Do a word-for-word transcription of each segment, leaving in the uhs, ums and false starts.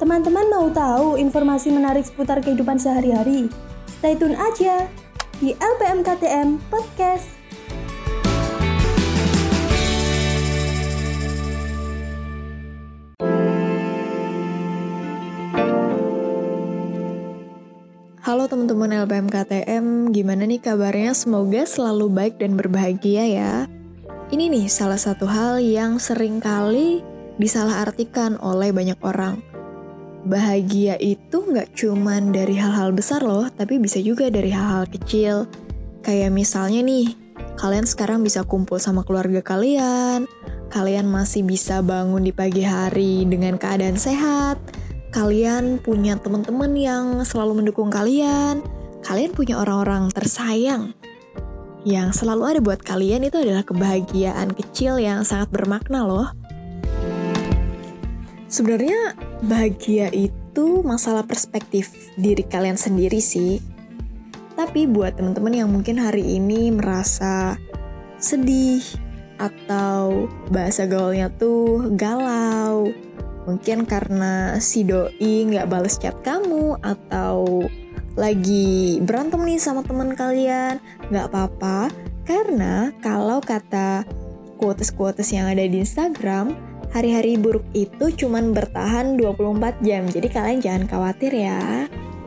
Teman-teman mau tahu informasi menarik seputar kehidupan sehari-hari? Stay tune aja di L P M K T M Podcast. Halo teman-teman L P M K T M, gimana nih kabarnya? Semoga selalu baik dan berbahagia ya. Ini nih salah satu hal yang sering kali disalahartikan oleh banyak orang. Bahagia itu nggak cuman dari hal-hal besar loh, tapi bisa juga dari hal-hal kecil. Kayak misalnya nih, kalian sekarang bisa kumpul sama keluarga kalian, kalian masih bisa bangun di pagi hari dengan keadaan sehat, kalian punya teman-teman yang selalu mendukung kalian, kalian punya orang-orang tersayang yang selalu ada buat kalian. Itu adalah kebahagiaan kecil yang sangat bermakna loh. Sebenarnya bahagia itu masalah perspektif diri kalian sendiri sih. Tapi buat teman-teman yang mungkin hari ini merasa sedih atau bahasa gaulnya tuh galau, mungkin karena si doi nggak bales chat kamu atau lagi berantem nih sama teman kalian, nggak apa-apa. Karena kalau kata quotes-quotes yang ada di Instagram, hari-hari buruk itu cuman bertahan dua puluh empat jam, jadi kalian jangan khawatir ya.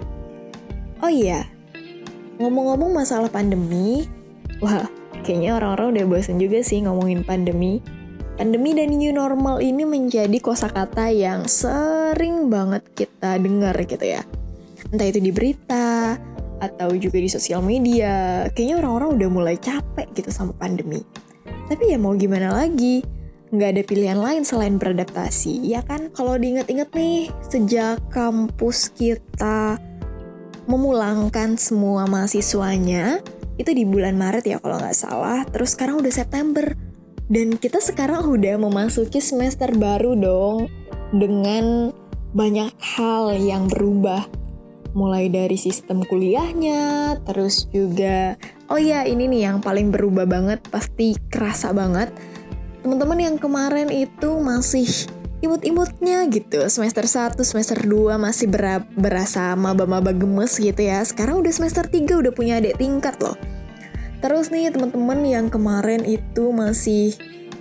Oh iya, ngomong-ngomong masalah pandemi, wah kayaknya orang-orang udah bosan juga sih ngomongin pandemi. Pandemi dan new normal ini menjadi kosakata yang sering banget kita dengar gitu ya. Entah itu di berita, atau juga di sosial media, kayaknya orang-orang udah mulai capek gitu sama pandemi. Tapi ya mau gimana lagi? Nggak ada pilihan lain selain beradaptasi, ya kan? Kalau diinget-inget nih, sejak kampus kita memulangkan semua mahasiswanya, itu di bulan Maret ya kalau nggak salah, terus sekarang udah September. Dan kita sekarang udah memasuki semester baru dong, dengan banyak hal yang berubah. Mulai dari sistem kuliahnya, terus juga, oh ya ini nih yang paling berubah banget, pasti kerasa banget. Teman-teman yang kemarin itu masih imut-imutnya gitu, semester satu, semester dua masih ber- berasa maba-maba gemes gitu ya. Sekarang udah semester tiga udah punya adik tingkat loh. Terus nih teman-teman yang kemarin itu masih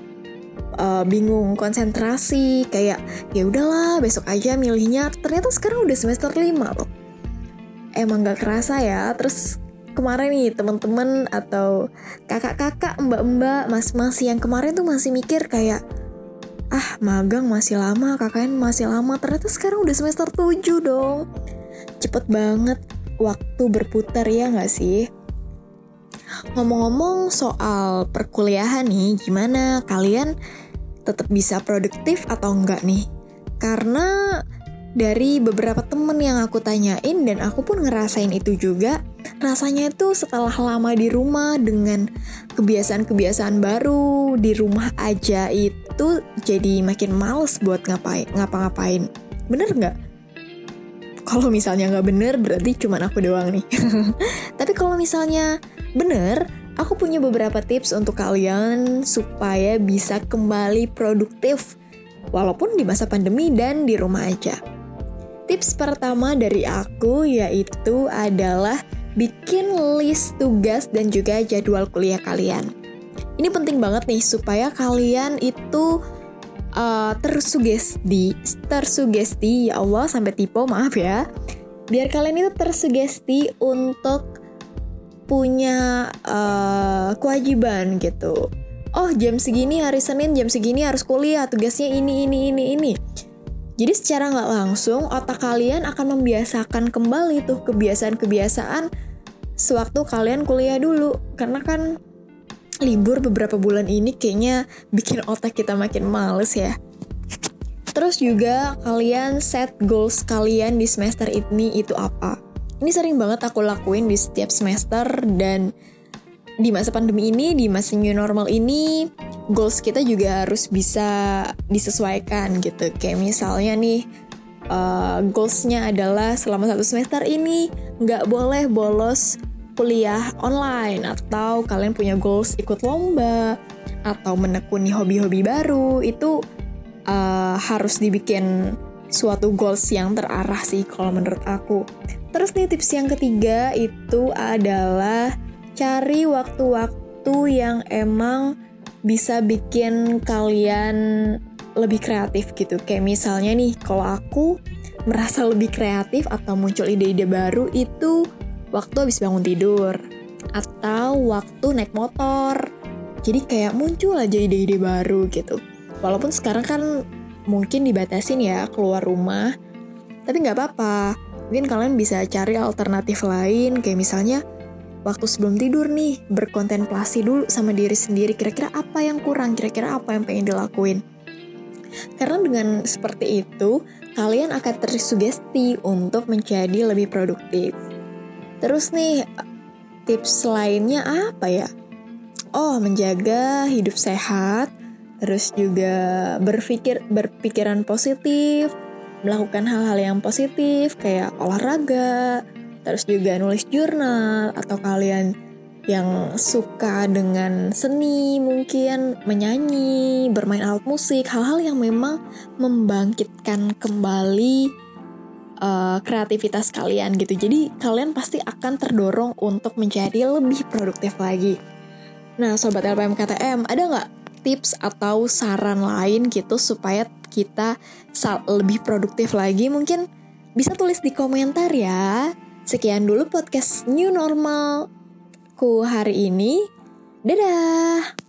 uh, bingung konsentrasi, kayak ya udahlah besok aja milihnya. Ternyata sekarang udah semester lima loh. Emang gak kerasa ya. Terus kemarin nih teman-teman atau kakak-kakak, mbak-mbak, mas-mas yang kemarin tuh masih mikir kayak ah magang masih lama, K K N masih lama. Ternyata sekarang udah semester tujuh dong. Cepet banget waktu berputar ya gak sih? Ngomong-ngomong soal perkuliahan nih, gimana kalian tetap bisa produktif atau enggak nih? Karena dari beberapa temen yang aku tanyain dan aku pun ngerasain itu juga, rasanya itu setelah lama di rumah dengan kebiasaan-kebiasaan baru di rumah aja itu jadi makin males buat ngapain, ngapa-ngapain. Bener nggak? Kalau misalnya nggak bener berarti cuma aku doang nih. Tapi kalau misalnya bener, aku punya beberapa tips untuk kalian supaya bisa kembali produktif walaupun di masa pandemi dan di rumah aja. Tips pertama dari aku yaitu adalah bikin list tugas dan juga jadwal kuliah kalian. Ini penting banget nih supaya kalian itu uh, tersugesti, tersugesti, ya Allah sampai typo, maaf ya. Biar kalian itu tersugesti untuk punya uh, kewajiban gitu. Oh jam segini hari Senin, jam segini harus kuliah, tugasnya ini, ini, ini, ini. Jadi secara nggak langsung otak kalian akan membiasakan kembali tuh kebiasaan-kebiasaan sewaktu kalian kuliah dulu. Karena kan libur beberapa bulan ini kayaknya bikin otak kita makin males ya. Terus juga kalian set goals kalian di semester ini itu apa. Ini sering banget aku lakuin di setiap semester dan di masa pandemi ini, di masa new normal ini, goals kita juga harus bisa disesuaikan gitu. Kayak misalnya nih, uh, goalsnya adalah selama satu semester ini nggak boleh bolos kuliah online, atau kalian punya goals ikut lomba atau menekuni hobi-hobi baru, itu uh, harus dibikin suatu goals yang terarah sih kalau menurut aku. Terus nih tips yang ketiga itu adalah cari waktu-waktu yang emang bisa bikin kalian lebih kreatif gitu. Kayak misalnya nih, kalau aku merasa lebih kreatif atau muncul ide-ide baru itu waktu habis bangun tidur atau waktu naik motor. Jadi kayak muncul aja ide-ide baru gitu. Walaupun sekarang kan mungkin dibatasin ya keluar rumah, tapi nggak apa-apa. Mungkin kalian bisa cari alternatif lain, kayak misalnya waktu sebelum tidur nih, berkontemplasi dulu sama diri sendiri, kira-kira apa yang kurang, kira-kira apa yang pengen dilakuin. Karena dengan seperti itu, kalian akan tersugesti untuk menjadi lebih produktif. Terus nih, tips lainnya apa ya? Oh, menjaga hidup sehat, terus juga berpikir berpikiran positif, melakukan hal-hal yang positif kayak olahraga, terus juga nulis jurnal, atau kalian yang suka dengan seni mungkin menyanyi, bermain alat musik, hal-hal yang memang membangkitkan kembali uh, kreativitas kalian gitu. Jadi kalian pasti akan terdorong untuk menjadi lebih produktif lagi. Nah Sobat L P M K T M, ada nggak tips atau saran lain gitu supaya kita lebih produktif lagi? Mungkin bisa tulis di komentar ya. Sekian dulu podcast New Normalku hari ini. Dadah!